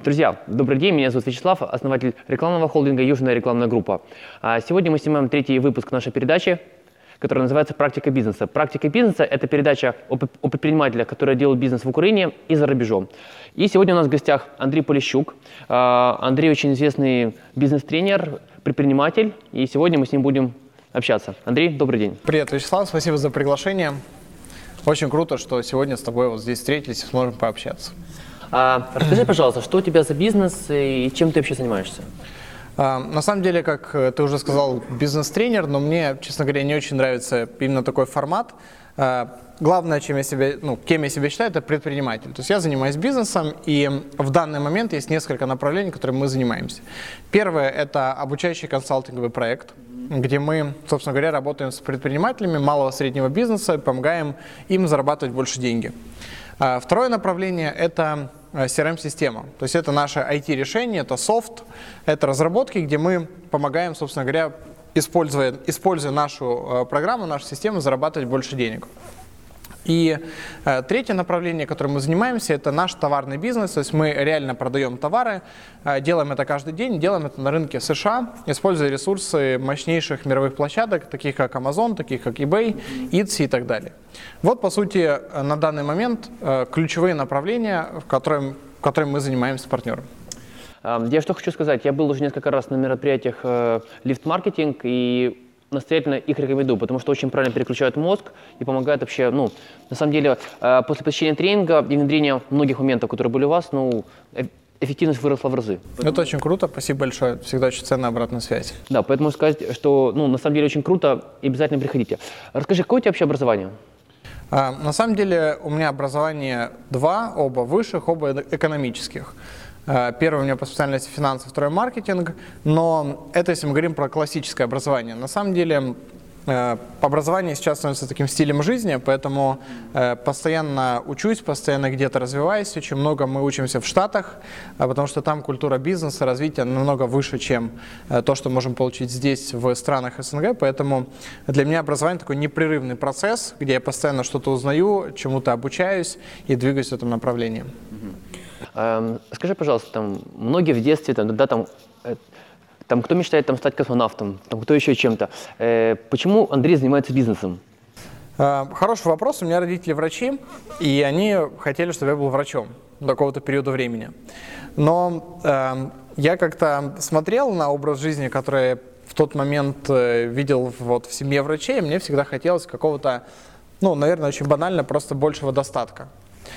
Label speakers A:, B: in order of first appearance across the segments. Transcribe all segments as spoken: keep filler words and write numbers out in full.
A: Друзья, добрый день, меня зовут Вячеслав, основатель рекламного холдинга «Южная рекламная группа». Сегодня мы снимаем третий выпуск нашей передачи, которая называется «Практика бизнеса». «Практика бизнеса» — это передача о предпринимателях, которые делают бизнес в Украине и за рубежом. И сегодня у нас в гостях Андрей Полищук. Андрей очень известный бизнес-тренер, предприниматель, и сегодня мы с ним будем общаться. Андрей, добрый день.
B: Привет, Вячеслав, спасибо за приглашение. Очень круто, что сегодня с тобой вот здесь встретились и сможем пообщаться.
A: А, расскажи, пожалуйста, что у тебя за бизнес и чем ты вообще занимаешься?
B: А, на самом деле, как ты уже сказал, бизнес-тренер, но мне, честно говоря, не очень нравится именно такой формат. А, главное, чем я себя, ну, кем я себя считаю, это предприниматель. То есть я занимаюсь бизнесом, и в данный момент есть несколько направлений, которыми мы занимаемся. Первое – это обучающий консалтинговый проект, где мы, собственно говоря, работаем с предпринимателями малого и среднего бизнеса и помогаем им зарабатывать больше деньги. А, второе направление – это си ар эм-система. То есть это наше ай ти-решение, это софт, это разработки, где мы помогаем, собственно говоря, используя, используя нашу программу, нашу систему, зарабатывать больше денег. И э, третье направление, которым мы занимаемся, это наш товарный бизнес. То есть мы реально продаем товары, э, делаем это каждый день, делаем это на рынке США, используя ресурсы мощнейших мировых площадок, таких как Amazon, таких как eBay, Etsy и так далее. Вот, по сути, на данный момент э, ключевые направления, в которых, в которых мы занимаемся с партнером.
A: Я что хочу сказать, я был уже несколько раз на мероприятиях э, лифт-маркетинг, и настоятельно их рекомендую, потому что очень правильно переключают мозг и помогают вообще, ну, на самом деле, после посещения тренинга и внедрения многих моментов, которые были у вас, ну, эффективность выросла в разы.
B: Поэтому... Это очень круто, спасибо большое, всегда очень ценная обратная связь.
A: Да, поэтому сказать, что, ну, на самом деле очень круто, и обязательно приходите. Расскажи, какое у тебя вообще образование?
B: А, на самом деле у меня образование два, оба высших, оба экономических. Первый у меня по специальности финансы, второй маркетинг, но это если мы говорим про классическое образование. На самом деле образование сейчас становится таким стилем жизни, поэтому постоянно учусь, постоянно где-то развиваюсь. Очень много мы учимся в Штатах, потому что там культура бизнеса, развития намного выше, чем то, что можем получить здесь, в странах эс эн гэ. Поэтому для меня образование такой непрерывный процесс, где я постоянно что-то узнаю, чему-то обучаюсь и двигаюсь в этом направлении.
A: Скажи, пожалуйста, там, многие в детстве, там, да, там, там, кто мечтает там, стать космонавтом, там, кто еще чем-то. Э, почему Андрей занимается бизнесом?
B: Хороший вопрос. У меня родители врачи, и они хотели, чтобы я был врачом до какого-то периода времени. Но э, я как-то смотрел на образ жизни, который в тот момент э, видел вот, в семье врачей, и мне всегда хотелось какого-то, ну, наверное, очень банально, просто большего достатка.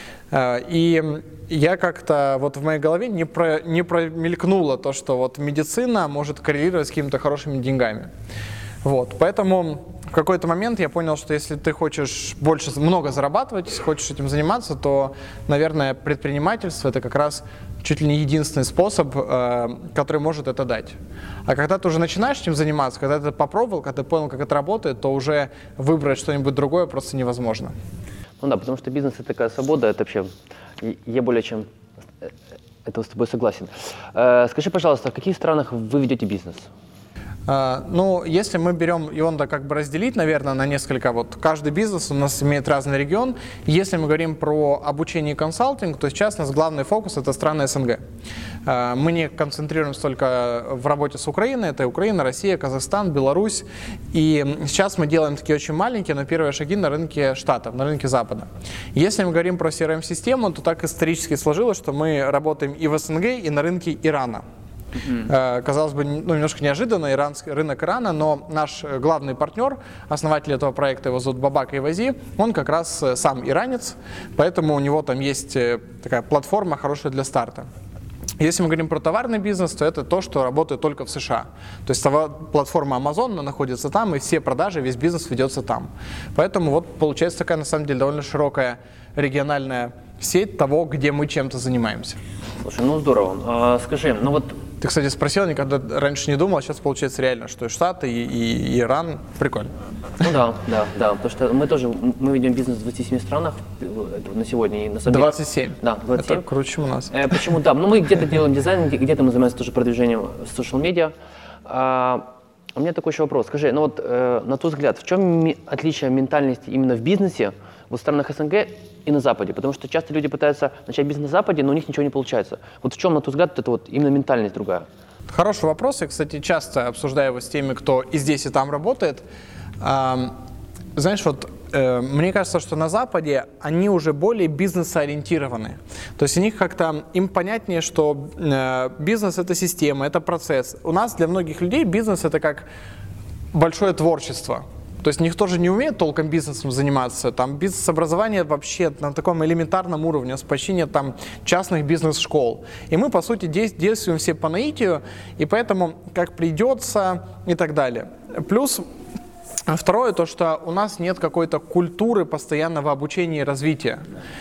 B: И я как-то вот в моей голове не, про, не промелькнуло то, что вот медицина может коррелировать с какими-то хорошими деньгами. Вот, поэтому в какой-то момент я понял, что если ты хочешь больше, много зарабатывать, если хочешь этим заниматься, то, наверное, предпринимательство – это как раз чуть ли не единственный способ, который может это дать. А когда ты уже начинаешь этим заниматься, когда ты попробовал, когда ты понял, как это работает, то уже выбрать что-нибудь другое просто невозможно.
A: Ну да, потому что бизнес – это такая свобода, это вообще, я более чем это с тобой согласен. Э, скажи, пожалуйста, в каких странах вы ведете бизнес?
B: Uh, ну, если мы берем его надо как бы разделить, наверное, на несколько, вот каждый бизнес у нас имеет разный регион. Если мы говорим про обучение и консалтинг, то сейчас у нас главный фокус – это страны эс эн гэ. Uh, мы не концентрируемся только в работе с Украиной, это Украина, Россия, Казахстан, Беларусь. И сейчас мы делаем такие очень маленькие, но первые шаги на рынке Штатов, на рынке Запада. Если мы говорим про си ар эм-систему, то так исторически сложилось, что мы работаем и в эс эн гэ, и на рынке Ирана. Uh-huh. Казалось бы, ну, немножко неожиданно, иранский, рынок Ирана, но наш главный партнер, основатель этого проекта, его зовут Бабак Айвази, он как раз сам иранец, поэтому у него там есть такая платформа хорошая для старта. Если мы говорим про товарный бизнес, то это то, что работает только в США. То есть платформа Amazon находится там, и все продажи, весь бизнес ведется там. Поэтому вот получается такая, на самом деле, довольно широкая региональная сеть того, где мы чем-то занимаемся.
A: Слушай, ну здорово. А, скажи, ну вот...
B: Ты, кстати, спросил, никогда раньше не думал, а сейчас получается реально, что и Штаты, и, и, и Иран. Прикольно.
A: Ну да, да, да, потому что мы тоже, мы ведем бизнес в двадцати семи странах на сегодня. И на самом
B: двадцать семь?
A: Да, двадцать семь.
B: Это круче, чем у нас.
A: Э, почему? Да, ну мы где-то делаем дизайн, где-то мы занимаемся тоже продвижением в социал-медиа. А, у меня такой еще вопрос. Скажи, ну вот э, на твой взгляд, в чем ми- отличие ментальности именно в бизнесе вот в странах СНГ и на Западе? Потому что часто люди пытаются начать бизнес на Западе, но у них ничего не получается. Вот в чем, на твой взгляд, это вот именно ментальность другая?
B: Хороший вопрос. Я, кстати, часто обсуждаю его с теми, кто и здесь, и там работает. Знаешь, вот э, мне кажется, что на Западе они уже более бизнес-ориентированы. То есть у них как-то, им понятнее, что э, бизнес — это система, это процесс. У нас для многих людей бизнес — это как большое творчество. То есть никто же не умеет толком бизнесом заниматься. Там бизнес-образование вообще на таком элементарном уровне, с почти нет там частных бизнес-школ. И мы, по сути, действуем все по наитию, и поэтому как придется и так далее. Плюс второе, то, что у нас нет какой-то культуры постоянного обучения и развития.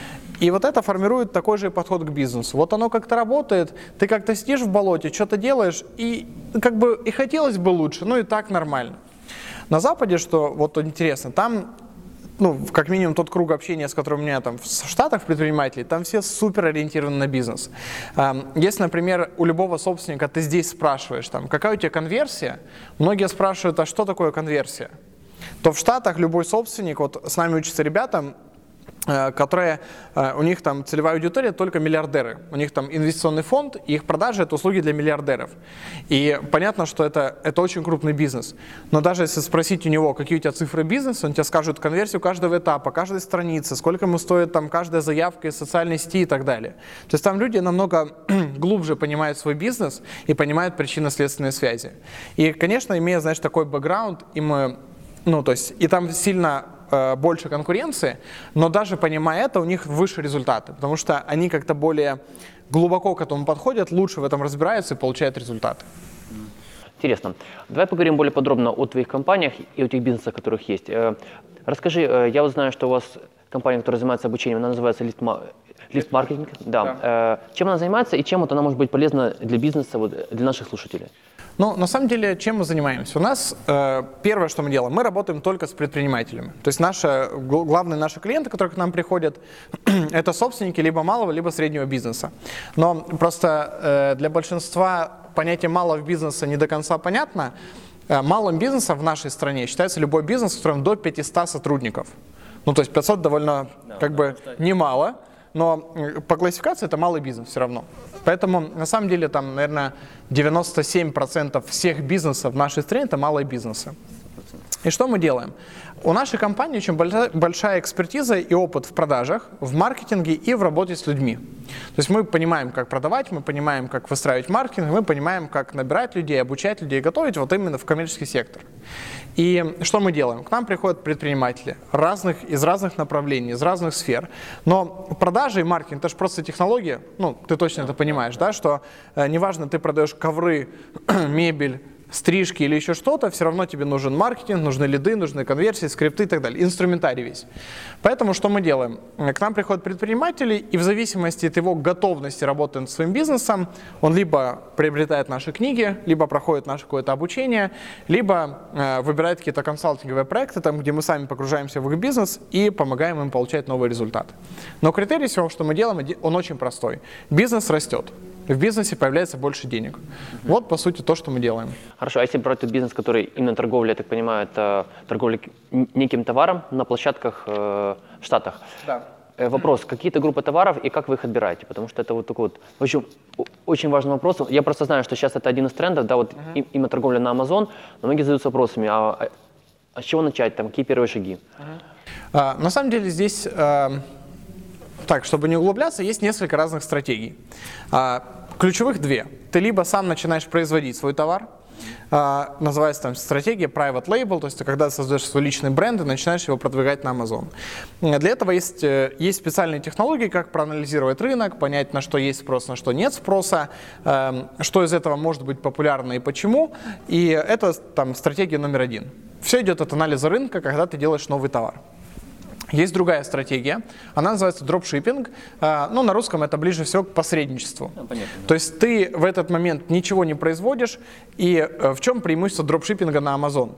B: И вот это формирует такой же подход к бизнесу. Вот оно как-то работает, ты как-то сидишь в болоте, что-то делаешь, и как бы и хотелось бы лучше, но и так нормально. На Западе, что вот интересно, там, ну, как минимум тот круг общения, с которым у меня там в Штатах предпринимателей, там все супер ориентированы на бизнес. Если, например, у любого собственника ты здесь спрашиваешь, там, какая у тебя конверсия, многие спрашивают, а что такое конверсия? То в Штатах любой собственник, вот с нами учатся ребята, которые, у них там целевая аудитория только миллиардеры. У них там инвестиционный фонд, и их продажи — это услуги для миллиардеров. И понятно, что это, это очень крупный бизнес. Но даже если спросить у него, какие у тебя цифры бизнеса, он тебе скажет конверсию каждого этапа, каждой страницы, сколько ему стоит там каждая заявка из социальной сети и так далее. То есть там люди намного глубже понимают свой бизнес и понимают причинно-следственные связи. И, конечно, имея, знаешь, такой бэкграунд, им, ну, то есть, и там сильно больше конкуренции, но даже понимая это, у них выше результаты, потому что они как-то более глубоко к этому подходят, лучше в этом разбираются и получают результаты.
A: Интересно. Давай поговорим более подробно о твоих компаниях и о тех бизнесах, которых есть. Расскажи, я вот знаю, что у вас компания, которая занимается обучением, она называется Lift Marketing. Да. Да. Чем она занимается и чем вот она может быть полезна для бизнеса, вот, для наших слушателей?
B: Ну, на самом деле, чем мы занимаемся? У нас э, первое, что мы делаем, мы работаем только с предпринимателями. То есть наши, главные наши клиенты, которые к нам приходят, это собственники либо малого, либо среднего бизнеса. Но просто э, для большинства понятие малого бизнеса не до конца понятно. Э, малым бизнесом в нашей стране считается любой бизнес, в котором до пятисот сотрудников. Ну, то есть пятьсот довольно, да, как да, бы, кстати, немало. Но по классификации это малый бизнес все равно. Поэтому, на самом деле, там, наверное, девяносто семь процентов всех бизнесов в нашей стране – это малые бизнесы. И что мы делаем? У нашей компании очень большая экспертиза и опыт в продажах, в маркетинге и в работе с людьми. То есть мы понимаем, как продавать, мы понимаем, как выстраивать маркетинг, мы понимаем, как набирать людей, обучать людей, готовить вот именно в коммерческий сектор. И что мы делаем? К нам приходят предприниматели разных, из разных направлений, из разных сфер. Но продажи и маркетинг – это же просто технология. Ну, ты точно это понимаешь, да, что э, неважно, ты продаешь ковры, мебель, стрижки или еще что-то, все равно тебе нужен маркетинг, нужны лиды, нужны конверсии, скрипты и так далее, инструментарий весь. Поэтому что мы делаем? К нам приходят предприниматели, и в зависимости от его готовности работать над своим бизнесом, он либо приобретает наши книги, либо проходит наше какое-то обучение, либо э, выбирает какие-то консалтинговые проекты, там, где мы сами погружаемся в их бизнес и помогаем им получать новые результаты. Но критерий всего, что мы делаем, он очень простой. Бизнес растет. В бизнесе появляется больше денег. Uh-huh. Вот, по сути, то, что мы делаем.
A: Хорошо, а если брать тот бизнес, который именно торговля, я так понимаю, это торговля неким товаром на площадках э, в Штатах.
B: Да.
A: Э, вопрос, какие-то группы товаров и как вы их отбираете? Потому что это вот такой вот, в общем, очень важный вопрос. Я просто знаю, что сейчас это один из трендов, да, вот uh-huh. именно торговля на Amazon, но многие задаются вопросами, а, а с чего начать, там, какие первые шаги?
B: Uh-huh. А, на самом деле здесь... А... Так, чтобы не углубляться, есть несколько разных стратегий. А, ключевых две. Ты либо сам начинаешь производить свой товар, а, называется там стратегия private label, то есть ты когда создаешь свой личный бренд и начинаешь его продвигать на Amazon. Для этого есть, есть специальные технологии, как проанализировать рынок, понять, на что есть спрос, на что нет спроса, а, что из этого может быть популярно и почему. И это там стратегия номер один. Все идет от анализа рынка, когда ты делаешь новый товар. Есть другая стратегия, она называется дропшиппинг, ну на русском это ближе всего к посредничеству. Ну, понятно, да. То есть ты в этот момент ничего не производишь, и в чем преимущество дропшиппинга на Amazon?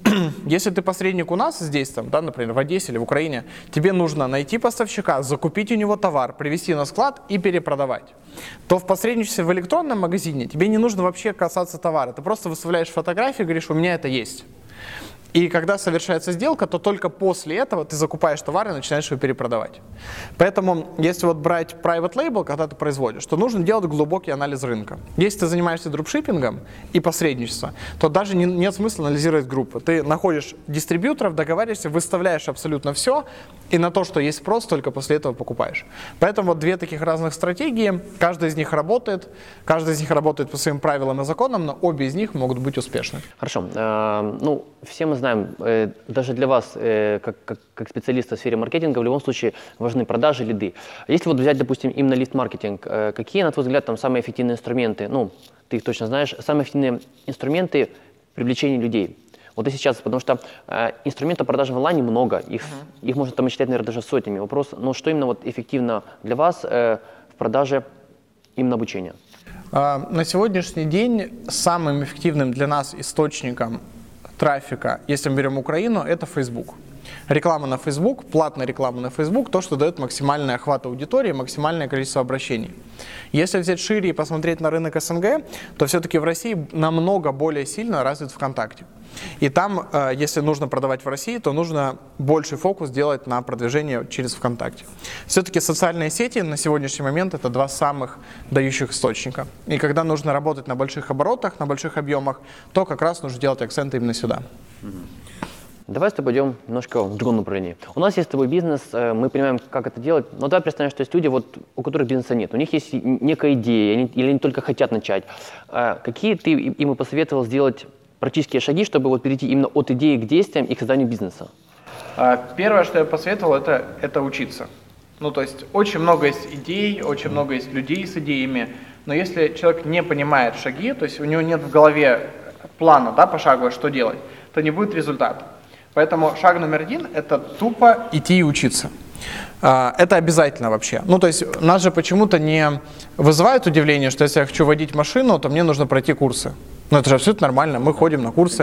B: Если ты посредник у нас здесь, там, да, например, в Одессе или в Украине, тебе нужно найти поставщика, закупить у него товар, привезти на склад и перепродавать. То в посредничестве в электронном магазине тебе не нужно вообще касаться товара, ты просто выставляешь фотографии и говоришь, у меня это есть. И когда совершается сделка, то только после этого ты закупаешь товар и начинаешь его перепродавать. Поэтому, если вот брать private label, когда ты производишь, то нужно делать глубокий анализ рынка. Если ты занимаешься дропшиппингом и посредничеством, то даже не, нет смысла анализировать группы. Ты находишь дистрибьюторов, договариваешься, выставляешь абсолютно все, и на то, что есть спрос, только после этого покупаешь. Поэтому вот две таких разных стратегии, каждая из них работает, каждая из них работает по своим правилам и законам, но обе из них могут быть успешны.
A: Хорошо. Э, ну, все мы знаем, э, даже для вас, э, как, как, как специалиста в сфере маркетинга, в любом случае важны продажи, лиды. Если вот взять, допустим, именно лист-маркетинг, э, какие, на твой взгляд, там самые эффективные инструменты, ну, ты их точно знаешь, самые эффективные инструменты привлечения людей? Вот и сейчас, потому что э, инструментов продажи в онлайне много, их, uh-huh. их можно там считать, наверное, даже сотнями. Вопрос, ну, что именно вот эффективно для вас э, в продаже именно обучения?
B: Uh, на сегодняшний день самым эффективным для нас источником трафика, если мы берем Украину, это Facebook. Реклама на Facebook, платная реклама на Facebook, то, что дает максимальный охват аудитории, максимальное количество обращений. Если взять шире и посмотреть на рынок СНГ, то все-таки в России намного более сильно развит ВКонтакте. И там, если нужно продавать в России, то нужно больший фокус делать на продвижение через ВКонтакте. Все-таки социальные сети на сегодняшний момент это два самых дающих источника. И когда нужно работать на больших оборотах, на больших объемах, то как раз нужно делать акценты именно сюда.
A: Давай с тобой пойдем немножко в другом направлении. У нас есть с тобой бизнес, мы понимаем, как это делать, но давай представим, что есть люди, вот, у которых бизнеса нет, у них есть некая идея, они, или они только хотят начать. Какие ты им посоветовал сделать практические шаги, чтобы вот перейти именно от идеи к действиям и к созданию бизнеса?
B: Первое, что я посоветовал, это, это учиться. Ну, то есть очень много есть идей, очень много есть людей с идеями, но если человек не понимает шаги, то есть у него нет в голове плана, да, пошагово, что делать, то не будет результата. Поэтому шаг номер один – это тупо идти и учиться. Это обязательно вообще. Ну, то есть нас же почему-то не вызывает удивление, что если я хочу водить машину, то мне нужно пройти курсы. Ну, это же абсолютно нормально, мы ходим на курсы.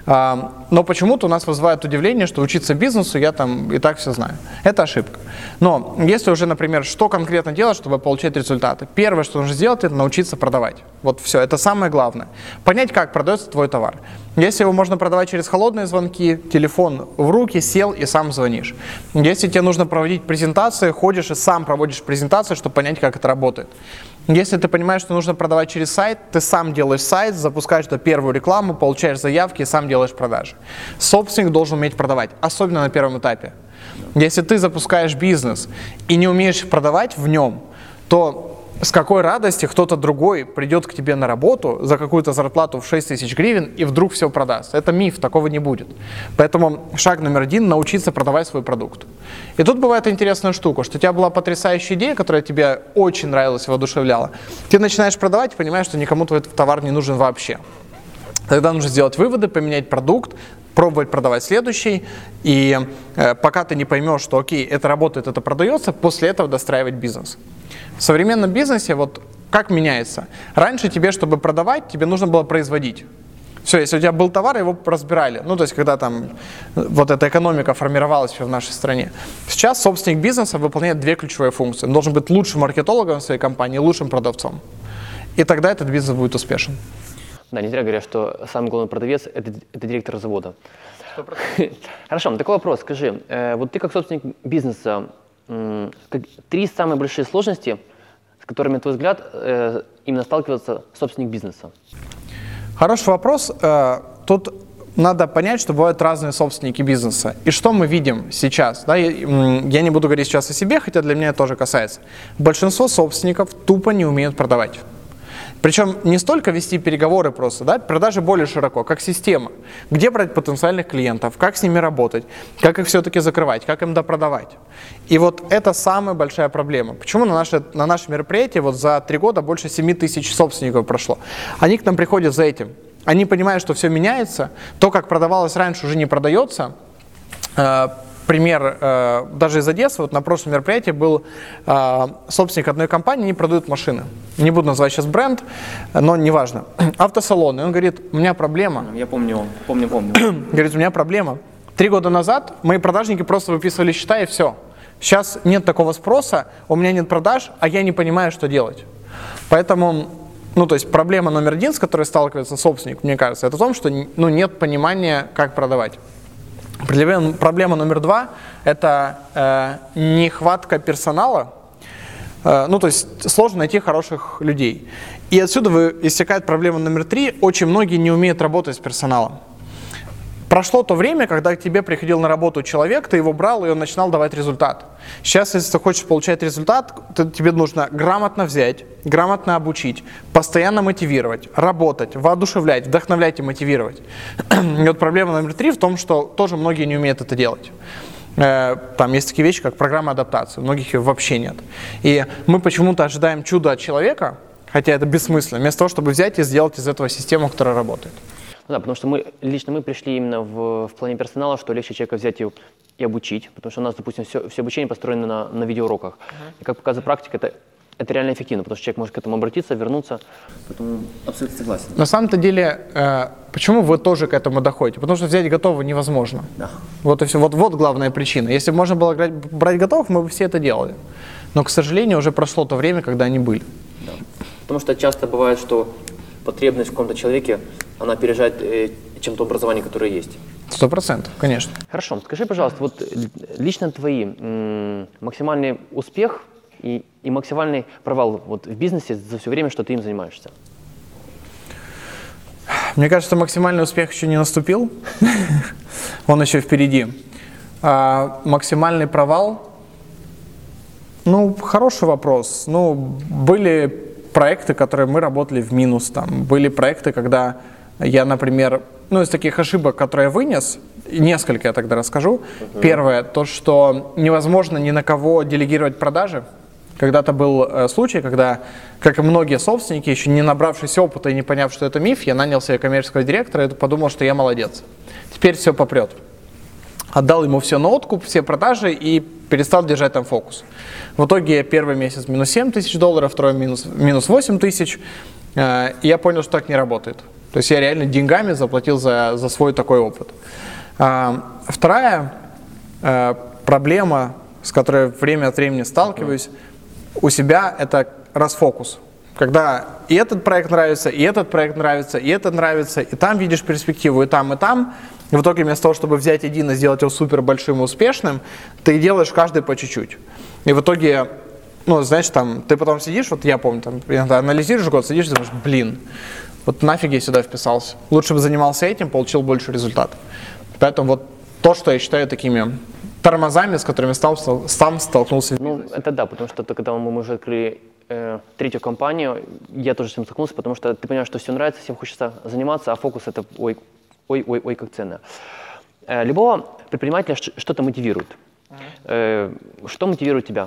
B: Но почему-то у нас вызывает удивление, что учиться бизнесу я там и так все знаю. Это ошибка. Но если уже, например, что конкретно делать, чтобы получать результаты? Первое, что нужно сделать, это научиться продавать. Вот все, это самое главное. Понять, как продается твой товар. Если его можно продавать через холодные звонки, телефон в руки, сел и сам звонишь. Если тебе нужно проводить презентации, ходишь и сам проводишь презентации, чтобы понять, как это работает. Если ты понимаешь, что нужно продавать через сайт, ты сам делаешь сайт, запускаешь туда первую рекламу, получаешь заявки и сам делаешь продажи. Собственник должен уметь продавать, особенно на первом этапе. Если ты запускаешь бизнес и не умеешь продавать в нем, то с какой радости кто-то другой придет к тебе на работу за какую-то зарплату в шесть тысяч гривен и вдруг все продаст. Это миф, такого не будет. Поэтому шаг номер один – научиться продавать свой продукт. И тут бывает интересная штука, что у тебя была потрясающая идея, которая тебе очень нравилась, воодушевляла. Ты начинаешь продавать и понимаешь, что никому твой товар не нужен вообще. Тогда нужно сделать выводы, поменять продукт, пробовать продавать следующий, и э, пока ты не поймешь, что окей, это работает, это продается, после этого достраивать бизнес. В современном бизнесе вот как меняется? Раньше тебе, чтобы продавать, тебе нужно было производить. Все, если у тебя был товар, его разбирали. Ну, то есть, когда там вот эта экономика формировалась в нашей стране. Сейчас собственник бизнеса выполняет две ключевые функции. Он должен быть лучшим маркетологом в своей компании, лучшим продавцом. И тогда этот бизнес будет успешен.
A: Да, не зря говорят, что самый главный продавец – это, это директор завода. Хорошо, такой вопрос. Скажи, э, вот ты как собственник бизнеса, э, как, три самые большие сложности, с которыми, на твой взгляд, э, именно сталкивается собственник бизнеса?
B: Хороший вопрос. Э, тут надо понять, что бывают разные собственники бизнеса. И что мы видим сейчас? Да, я, я не буду говорить сейчас о себе, хотя для меня это тоже касается. Большинство собственников тупо не умеют продавать. Причем не столько вести переговоры просто, да, продажи более широко, как система. Где брать потенциальных клиентов, как с ними работать, как их все-таки закрывать, как им допродавать. И вот это самая большая проблема. Почему на наше, на наше мероприятие вот за три года больше семи тысяч собственников прошло? Они к нам приходят за этим. Они понимают, что все меняется, то, как продавалось раньше, уже не продается. Пример э, даже из Одессы, вот на прошлом мероприятии был э, собственник одной компании, они продают машины. Не буду называть сейчас бренд, но неважно. Автосалон. И он говорит, у меня проблема.
A: Я помню, помню, помню.
B: Говорит, у меня проблема. Три года назад мои продажники просто выписывали счета и все. Сейчас нет такого спроса, у меня нет продаж, а я не понимаю, что делать. Поэтому ну, то есть проблема номер один, с которой сталкивается собственник, мне кажется, это в том, что ну, нет понимания, как продавать. Проблема номер два – это э, нехватка персонала, э, ну, то есть сложно найти хороших людей. И отсюда истекает проблема номер три – очень многие не умеют работать с персоналом. Прошло то время, когда к тебе приходил на работу человек, ты его брал, и он начинал давать результат. Сейчас, если ты хочешь получать результат, то тебе нужно грамотно взять, грамотно обучить, постоянно мотивировать, работать, воодушевлять, вдохновлять и мотивировать. И вот проблема номер три в том, что тоже многие не умеют это делать. Там есть такие вещи, как программа адаптации, у многих ее вообще нет. И мы почему-то ожидаем чуда от человека, хотя это бессмысленно, вместо того, чтобы взять и сделать из этого систему, которая работает.
A: Ну да, потому что мы, лично мы пришли именно в, в плане персонала, что легче человека взять и, и обучить, потому что у нас, допустим, все, все обучение построено на, на видеоуроках. Uh-huh. И как показывает практика, это, это реально эффективно, потому что человек может к этому обратиться, вернуться. Поэтому абсолютно согласен.
B: На самом-то деле, э, почему вы тоже к этому доходите? Потому что взять готово невозможно.
A: Да.
B: Вот и все. Вот, вот главная причина. Если бы можно было брать, брать готовых, мы бы все это делали. Но, к сожалению, уже прошло то время, когда они были.
A: Да. Потому что часто бывает, что потребность в каком-то человеке, она опережает э, чем-то образование, которое есть.
B: Сто процентов, конечно.
A: Хорошо. Скажи, пожалуйста, вот лично твои м- максимальный успех и, и максимальный провал вот, в бизнесе за все время, что ты им занимаешься?
B: Мне кажется, максимальный успех еще не наступил. Он еще впереди. А максимальный провал? Ну, хороший вопрос. Ну, были проекты, которые мы работали в минус. Там. Были проекты, когда я, например, ну, из таких ошибок, которые я вынес, несколько я тогда расскажу. Uh-huh. Первое, то, что невозможно ни на кого делегировать продажи. Когда-то был э, случай, когда, как и многие собственники, еще не набравшись опыта и не поняв, что это миф, я нанял себе коммерческого директора и подумал, что я молодец. Теперь все попрет. Отдал ему все на откуп, все продажи и перестал держать там фокус. В итоге первый месяц минус семь тысяч долларов, второй минус, минус восемь тысяч. Э, и я понял, что так не работает. То есть я реально деньгами заплатил за, за свой такой опыт. Э, вторая э, проблема, с которой время от времени сталкиваюсь, у себя это расфокус. Когда и этот проект нравится, и этот проект нравится, и этот нравится, и там видишь перспективу, и там, и там. И в итоге вместо того, чтобы взять один и сделать его супер большим и успешным, ты делаешь каждый по чуть-чуть. И в итоге, ну, знаешь, там, ты потом сидишь, вот я помню, там, иногда анализируешь год, сидишь и думаешь, блин, вот нафиг я сюда вписался. Лучше бы занимался этим, получил больше результатов. Поэтому вот то, что я считаю такими тормозами, с которыми стал, сам столкнулся.
A: Ну, это да, потому что когда мы уже открыли э, третью компанию, я тоже с этим столкнулся, потому что ты понимаешь, что все нравится, всем хочется заниматься, а фокус это ой, ой, ой, ой, как ценно. Э, любого предпринимателя что-то мотивирует. Э, что мотивирует тебя?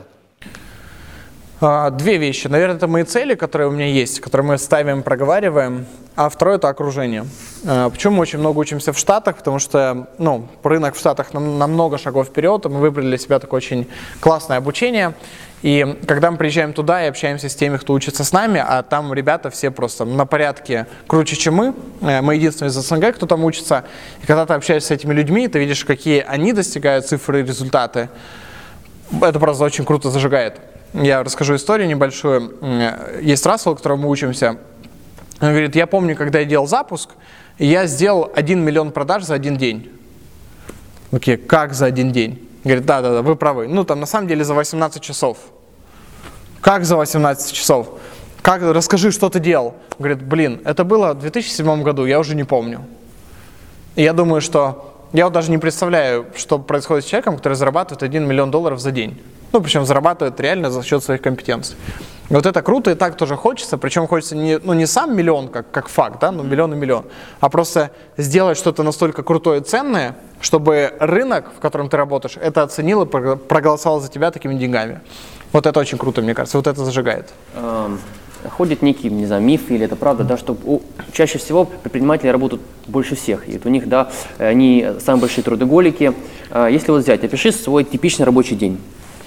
B: Две вещи. Наверное, это мои цели, которые у меня есть, которые мы ставим, проговариваем. А второе – это окружение. Почему мы очень много учимся в Штатах? Потому что ну, рынок в Штатах на много шагов вперед, и мы выбрали для себя такое очень классное обучение. И когда мы приезжаем туда и общаемся с теми, кто учится с нами, а там ребята все просто на порядке круче, чем мы. Мы единственные из СНГ, кто там учится. И когда ты общаешься с этими людьми, ты видишь, какие они достигают цифры и результаты. Это просто очень круто зажигает. Я расскажу историю небольшую. Есть Рассел, которому мы учимся. Он говорит, я помню, когда я делал запуск, я сделал один миллион продаж за один день. Окей, как за один день? Говорит, да-да-да, вы правы. Ну, там, на самом деле, за восемнадцать часов. Как за восемнадцать часов? Как, расскажи, что ты делал. Он говорит, блин, это было в две тысячи седьмом году, я уже не помню. И я думаю, что... Я вот даже не представляю, что происходит с человеком, который зарабатывает один миллион долларов за день. Ну, причем зарабатывает реально за счет своих компетенций. И вот это круто, и так тоже хочется. Причем хочется не, ну, не сам миллион, как, как факт, да, ну, миллион и миллион, а просто сделать что-то настолько крутое и ценное, чтобы рынок, в котором ты работаешь, это оценил и проголосовал за тебя такими деньгами. Вот это очень круто, мне кажется, вот это зажигает.
A: Ходит некий, не знаю, миф, или это правда, да, что у, чаще всего предприниматели работают больше всех, и у них, да, они самые большие трудоголики. Если вот взять, опиши свой типичный рабочий день.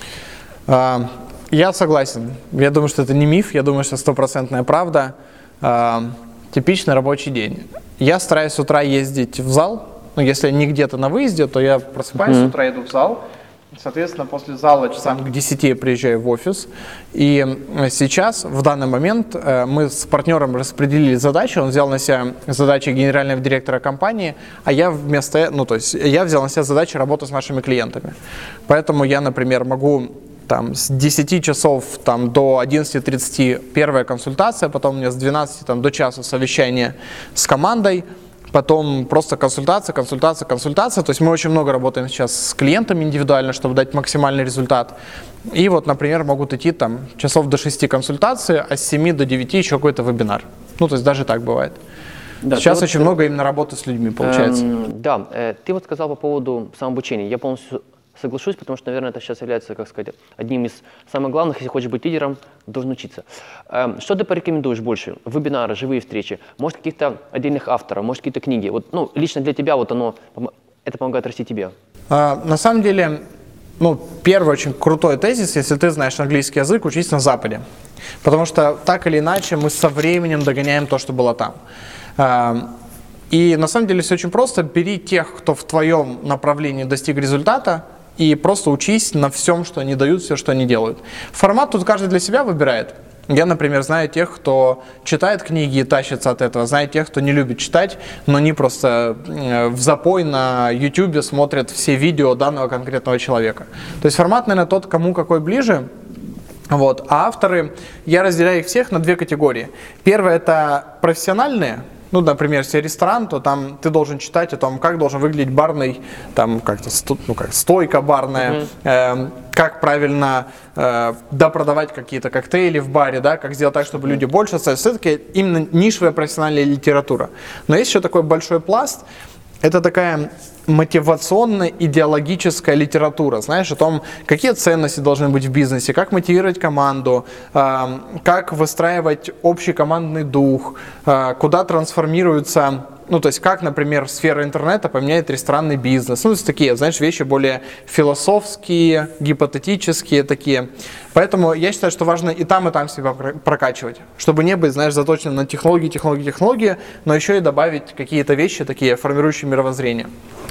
B: Я согласен. Я думаю, что это не миф, я думаю, что стопроцентная правда. Типичный рабочий день. Я стараюсь с утра ездить в зал, ну, если не где-то на выезде, то я просыпаюсь mm-hmm. с утра, иду в зал, Соответственно, после зала часам к десяти я приезжаю в офис. И сейчас, в данный момент, мы с партнером распределили задачи. Он взял на себя задачи генерального директора компании, а я вместо, ну, то есть я взял на себя задачи работы с нашими клиентами. Поэтому я, например, могу там, с десяти часов там, до одиннадцати тридцати первая консультация, потом у меня с двенадцати там, до часа совещание с командой. Потом просто консультация, консультация, консультация. То есть мы очень много работаем сейчас с клиентами индивидуально, чтобы дать максимальный результат. И вот, например, могут идти там часов до шести консультации, а с семи до девяти еще какой-то вебинар. Ну, то есть даже так бывает. Да, сейчас очень вот, много именно работы с людьми получается.
A: Эм, да, э, ты вот сказал по поводу самообучения. Я полностью соглашусь, потому что, наверное, это сейчас является, как сказать, одним из самых главных, если хочешь быть лидером, должен учиться. Что ты порекомендуешь больше? Вебинары, живые встречи, может, каких-то отдельных авторов, может, какие-то книги? Вот, ну, лично для тебя вот оно, это помогает расти тебе.
B: А, на самом деле, ну, первый очень крутой тезис, если ты знаешь английский язык, учись на Западе. Потому что так или иначе мы со временем догоняем то, что было там. А, и на самом деле все очень просто. Бери тех, кто в твоем направлении достиг результата, и просто учись на всем, что они дают, все, что они делают. Формат тут каждый для себя выбирает. Я, например, знаю тех, кто читает книги и тащится от этого, знаю тех, кто не любит читать, но они просто в запой на YouTube смотрят все видео данного конкретного человека. То есть формат, наверное, тот, кому какой ближе. Вот. А авторы, я разделяю их всех на две категории. Первое – это профессиональные. Ну, например, если ресторан, то там ты должен читать о том, как должен выглядеть барный, там как-то ну, как стойка барная, mm-hmm. э, как правильно э, допродавать какие-то коктейли в баре, да, как сделать так, чтобы mm-hmm. люди больше остались. Все-таки именно нишевая профессиональная литература. Но есть еще такой большой пласт. Это такая мотивационно-идеологическая литература, знаешь, о том, какие ценности должны быть в бизнесе, как мотивировать команду, э, как выстраивать общий командный дух, э, куда трансформируются, ну, то есть, как, например, сфера интернета поменяет ресторанный бизнес. Ну, то есть, такие, знаешь, вещи более философские, гипотетические такие. Поэтому я считаю, что важно и там, и там себя прокачивать, чтобы не быть, знаешь, заточенным на технологии, технологии, технологии, но еще и добавить какие-то вещи такие, формирующие мировоззрение.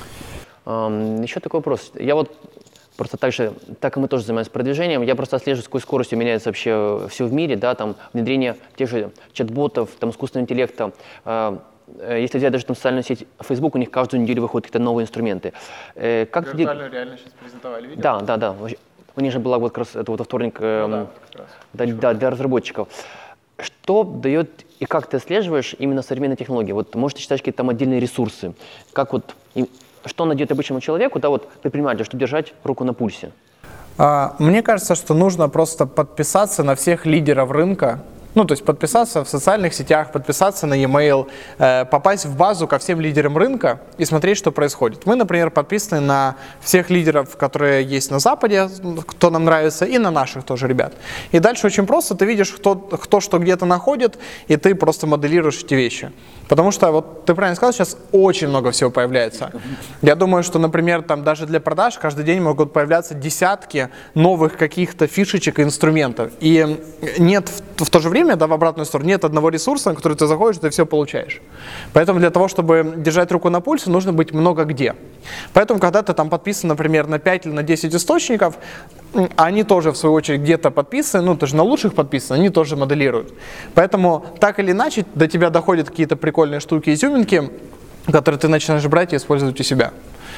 A: Um, еще такой вопрос. Я вот просто так же, так и мы тоже занимаемся продвижением, я просто отслеживаю, с какой скоростью меняется вообще все в мире, да, там внедрение тех же чат-ботов, там искусственного интеллекта. Uh, Если взять даже там социальную сеть Facebook, у них каждую неделю выходят какие-то новые инструменты. Э, как
B: Виртуальную реальность сейчас презентовали, видел?
A: Да, да, да. У них же была вот как раз это вот во вторник э, ну, да, да, да, для разработчиков. Что дает и как ты отслеживаешь именно современные технологии? Вот может ты читаешь какие-то там отдельные ресурсы? Как вот, и, что она дает обычному человеку, да, вот предпринимателю, чтобы держать руку на пульсе?
B: А, мне кажется, что нужно просто подписаться на всех лидеров рынка. Ну, то есть подписаться в социальных сетях, подписаться на e-mail, э, попасть в базу ко всем лидерам рынка и смотреть, что происходит. Мы, например, подписаны на всех лидеров, которые есть на Западе, кто нам нравится, и на наших тоже ребят. И дальше очень просто, ты видишь, кто, кто что где-то находит, и ты просто моделируешь эти вещи. Потому что, вот ты правильно сказал, сейчас очень много всего появляется. Я думаю, что, например, там даже для продаж каждый день могут появляться десятки новых каких-то фишечек и инструментов. И нет в, в то же время, да, в обратную сторону, нет одного ресурса, на который ты заходишь, и ты все получаешь. Поэтому для того, чтобы держать руку на пульсе, нужно быть много где. Поэтому, когда ты там подписан, например, на пять или на десять источников, они тоже, в свою очередь, где-то подписаны, ну, ты же на лучших подписан, они тоже моделируют. Поэтому, так или иначе, до тебя доходят какие-то прикольные штуки, изюминки, которые ты начинаешь брать и использовать у себя.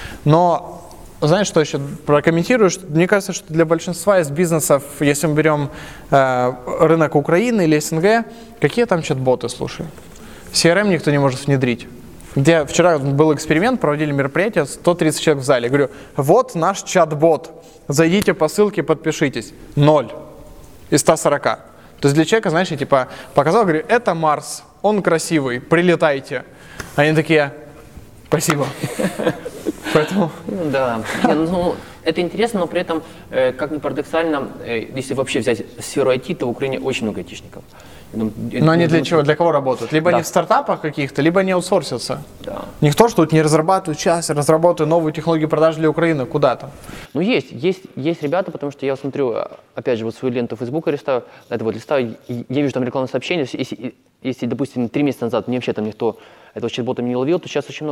B: Но, знаешь, что еще прокомментирую? Мне кажется, что для большинства из бизнесов, если мы берем э, рынок Украины или СНГ, какие там чат-боты, слушай? си ар эм никто не может внедрить. Где вчера был эксперимент, проводили мероприятие, сто тридцать человек в зале. Говорю, вот наш чат-бот, зайдите по ссылке, подпишитесь. Ноль из ста сорока. То есть для человека, знаешь, я типа показал, говорю, это Марс, он красивый, прилетайте. Они такие, спасибо. Поэтому...
A: Да, ну, это интересно, но при этом, как ни парадоксально, если вообще взять сферу ай ти, то в Украине очень много айтишников.
B: Но они для чего? Для кого работают? Либо да. они в стартапах каких-то, либо они аутсорсятся.
A: Да.
B: Никто ж тут не разрабатывает, сейчас разработаю новую технологию продаж для Украины, куда-то.
A: Ну есть, есть, есть ребята, потому что я смотрю, опять же, вот свою ленту Фейсбука листаю, это вот листаю, я вижу там рекламные сообщения, если, если, допустим, три месяца назад мне вообще там никто этого чат-бота не ловил, то сейчас очень много.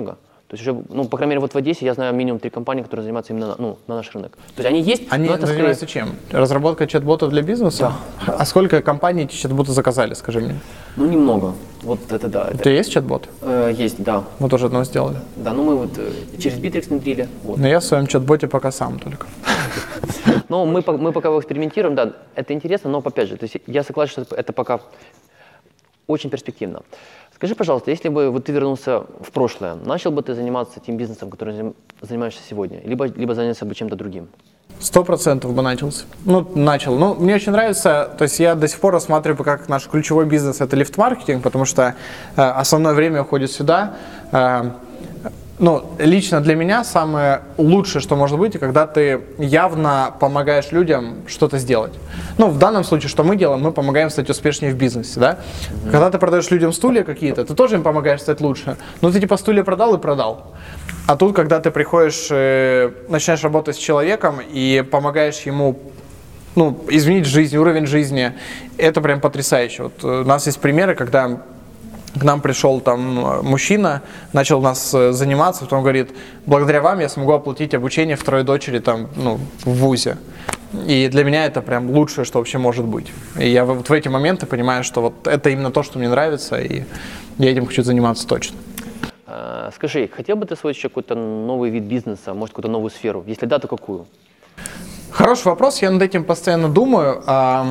A: То есть уже, ну, по крайней мере, вот в Одессе я знаю минимум три компании, которые занимаются именно ну, на наш рынок. То есть они есть,
B: они
A: но это
B: занимаются
A: скорее...
B: чем? Разработка чат-ботов для бизнеса?
A: Да.
B: А сколько компаний эти чат-боты заказали, скажи мне?
A: Ну, немного. Вот это да.
B: У
A: Это...
B: тебя есть чат-бот?
A: Э, есть, да.
B: Мы тоже одного сделали.
A: Да, ну мы вот э, через Bittrex внедрили. Вот.
B: Но я в своем чат-боте пока сам только.
A: Но мы, мы пока его экспериментируем, да, это интересно, но опять же, то есть я согласен, что это пока очень перспективно. Скажи, пожалуйста, если бы вот ты вернулся в прошлое, начал бы ты заниматься тем бизнесом, которым занимаешься сегодня, либо, либо занялся бы чем-то другим?
B: Сто процентов бы начался. Ну, начал. Ну, мне очень нравится, то есть я до сих пор рассматриваю, как наш ключевой бизнес – это лифт-маркетинг, потому что э, основное время уходит сюда. Э, ну, лично для меня самое лучшее, что может быть, когда ты явно помогаешь людям что-то сделать. Ну, в данном случае, что мы делаем, мы помогаем стать успешнее в бизнесе, да? Mm-hmm. Когда ты продаешь людям стулья какие-то, ты тоже им помогаешь стать лучше. Но ты типа стулья продал и продал. А тут, когда ты приходишь, э, начинаешь работать с человеком и помогаешь ему, ну, изменить жизнь, уровень жизни, это прям потрясающе. Вот у нас есть примеры, когда к нам пришел там мужчина, начал у нас заниматься, потом говорит: благодаря вам я смогу оплатить обучение второй дочери там, ну, в вузе. И для меня это прям лучшее, что вообще может быть. И я вот в эти моменты понимаю, что вот это именно то, что мне нравится, и я этим хочу заниматься точно.
A: Скажи, хотел бы ты освоить еще какой-то новый вид бизнеса, может, какую-то новую сферу? Если да, то какую?
B: Хороший вопрос, я над этим постоянно думаю.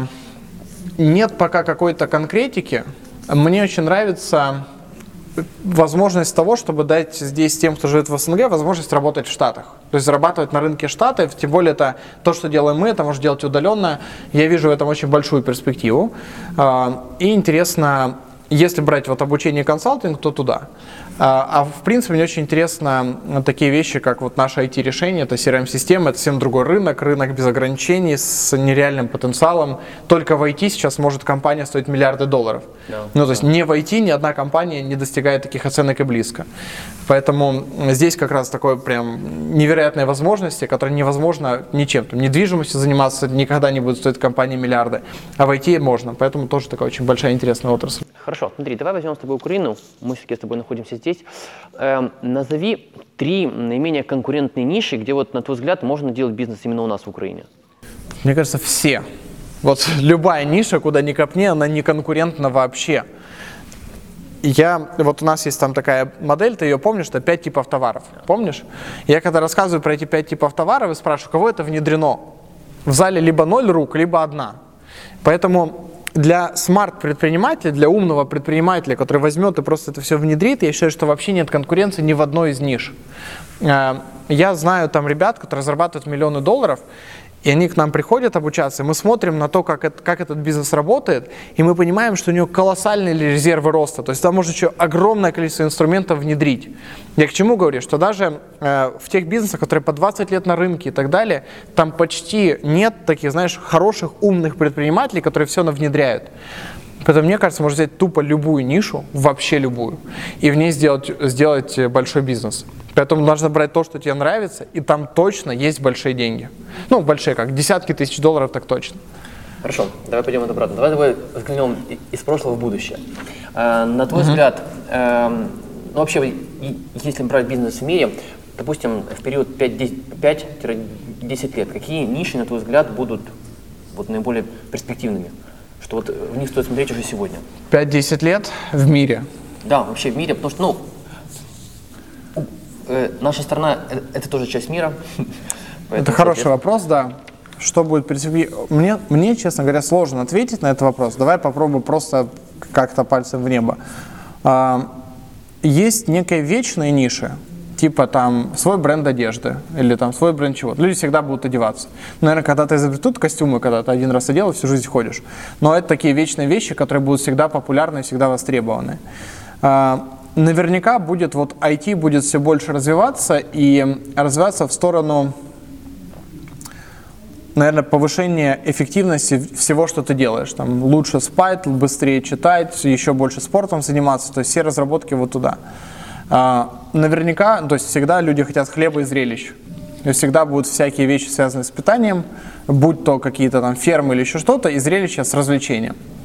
B: Нет пока какой-то конкретики. Мне очень нравится возможность того, чтобы дать здесь тем, кто живет в СНГ, возможность работать в Штатах. То есть зарабатывать на рынке Штатов, тем более это то, что делаем мы, это можно делать удаленно. Я вижу в этом очень большую перспективу. И интересно, если брать вот обучение и консалтинг, то туда. А в принципе мне очень интересно такие вещи, как вот наши ай ти-решения, это си ар эм-система, это совсем другой рынок, рынок без ограничений, с нереальным потенциалом. Только в ай ти сейчас может компания стоить миллиарды долларов. Yeah. Ну то есть yeah. не в ай ти ни одна компания не достигает таких оценок и близко. Поэтому здесь как раз такой прям невероятные возможности, которые невозможно ничем. Там, недвижимостью заниматься никогда не будет стоить компании миллиарды, а в ай ти можно. Поэтому тоже такая очень большая интересная отрасль.
A: Хорошо, смотри, давай возьмем с тобой Украину, мы все-таки с тобой находимся здесь. Э, назови три наименее конкурентные ниши, где вот, на твой взгляд, можно делать бизнес именно у нас в Украине.
B: Мне кажется, все. Вот любая ниша, куда ни копни, она не конкурентна вообще. Я, вот у нас есть там такая модель, ты ее помнишь, это пять типов товаров, помнишь? Я когда рассказываю про эти пять типов товаров и спрашиваю, кого это внедрено, в зале либо ноль рук, либо одна. Поэтому для смарт-предпринимателя, для умного предпринимателя, который возьмет и просто это все внедрит, я считаю, что вообще нет конкуренции ни в одной из ниш. Я знаю там ребят, которые зарабатывают миллионы долларов, и они к нам приходят обучаться, и мы смотрим на то, как, это, как этот бизнес работает, и мы понимаем, что у него колоссальные резервы роста, то есть там можно еще огромное количество инструментов внедрить. Я к чему говорю? Что даже э, в тех бизнесах, которые по двадцать лет на рынке и так далее, там почти нет таких, знаешь, хороших, умных предпринимателей, которые все внедряют. Поэтому, мне кажется, можно взять тупо любую нишу, вообще любую, и в ней сделать, сделать большой бизнес. Поэтому нужно брать то, что тебе нравится, и там точно есть большие деньги. Ну, большие как, десятки тысяч долларов, так точно.
A: Хорошо, давай пойдем это обратно. Давай, давай взглянем из прошлого в будущее. Э, на твой uh-huh. взгляд, э, ну, вообще, если брать бизнес в мире, допустим, в период пять-десять лет, какие ниши, на твой взгляд, будут вот, наиболее перспективными? Что вот в них стоит смотреть уже сегодня.
B: пять-десять лет в мире? Да,
A: вообще в мире, потому что, ну, э, наша страна это, это тоже часть мира.
B: Это хороший вопрос, да. Что будет перспективе? Мне, мне, честно говоря, сложно ответить на этот вопрос. Давай попробуем просто как-то пальцем в небо. А, есть некая вечная ниша, типа там свой бренд одежды или там свой бренд чего-то. Люди всегда будут одеваться. Наверное, когда-то изобретут костюмы, когда ты один раз одел и всю жизнь ходишь. Но это такие вечные вещи, которые будут всегда популярны и всегда востребованы. А, наверняка будет вот ай ти будет все больше развиваться и развиваться в сторону, наверное, повышения эффективности всего, что ты делаешь. Там лучше спать, быстрее читать, еще больше спортом заниматься. То есть все разработки вот туда. Uh, наверняка, то есть всегда люди хотят хлеба и зрелищ. И всегда будут всякие вещи, связанные с питанием, будь то какие-то там фермы или еще что-то, и зрелища с развлечением.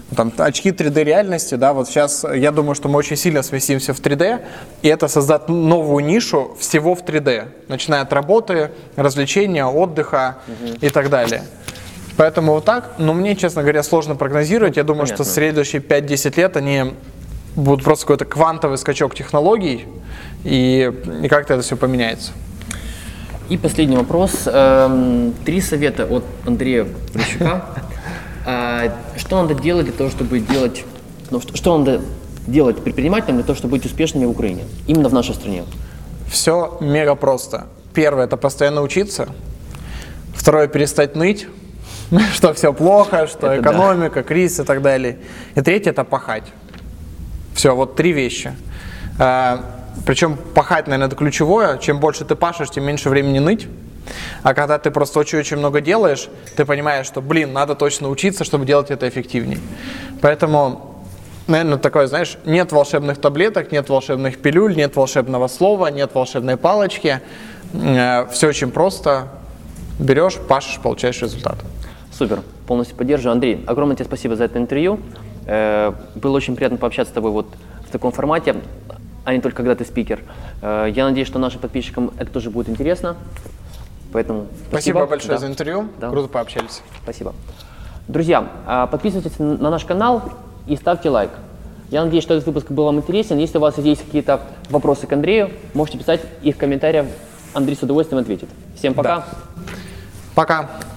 B: там, очки три дэ реальности, да, вот сейчас я думаю, что мы очень сильно сместимся в три дэ, и это создаст новую нишу всего в три дэ, начиная от работы, развлечения, отдыха угу. и так далее. Поэтому вот так, но мне, честно говоря, сложно прогнозировать. Я думаю, Понятно. Что следующие пять-десять лет они будут просто какой-то квантовый скачок технологий, и, и как-то это все поменяется.
A: И последний вопрос. Три совета от Андрея Прищука. Что надо делать для того, чтобы делать, ну, что надо делать предпринимателям для того, чтобы быть успешными в Украине, именно в нашей стране?
B: Все мега просто. Первое – это постоянно учиться. Второе – перестать ныть, что все плохо, что это экономика, да. кризис и так далее. И третье – это пахать. Все, вот три вещи. Причем пахать, наверное, это ключевое. Чем больше ты пашешь, тем меньше времени ныть. А когда ты просто очень-очень много делаешь, ты понимаешь, что, блин, надо точно учиться, чтобы делать это эффективнее. Поэтому, наверное, такое, знаешь, нет волшебных таблеток, нет волшебных пилюль, нет волшебного слова, нет волшебной палочки. Все очень просто. Берешь, пашешь, получаешь результат.
A: Супер, полностью поддерживаю. Андрей, огромное тебе спасибо за это интервью. Было очень приятно пообщаться с тобой вот в таком формате, а не только когда ты спикер. Я надеюсь, что нашим подписчикам это тоже будет интересно. Поэтому
B: спасибо, спасибо большое да. за интервью. Да. Круто пообщались.
A: Спасибо. Друзья, подписывайтесь на наш канал и ставьте лайк. Я надеюсь, что этот выпуск был вам интересен. Если у вас есть какие-то вопросы к Андрею, можете писать их в комментариях. Андрей с удовольствием ответит. Всем пока.
B: Да. Пока.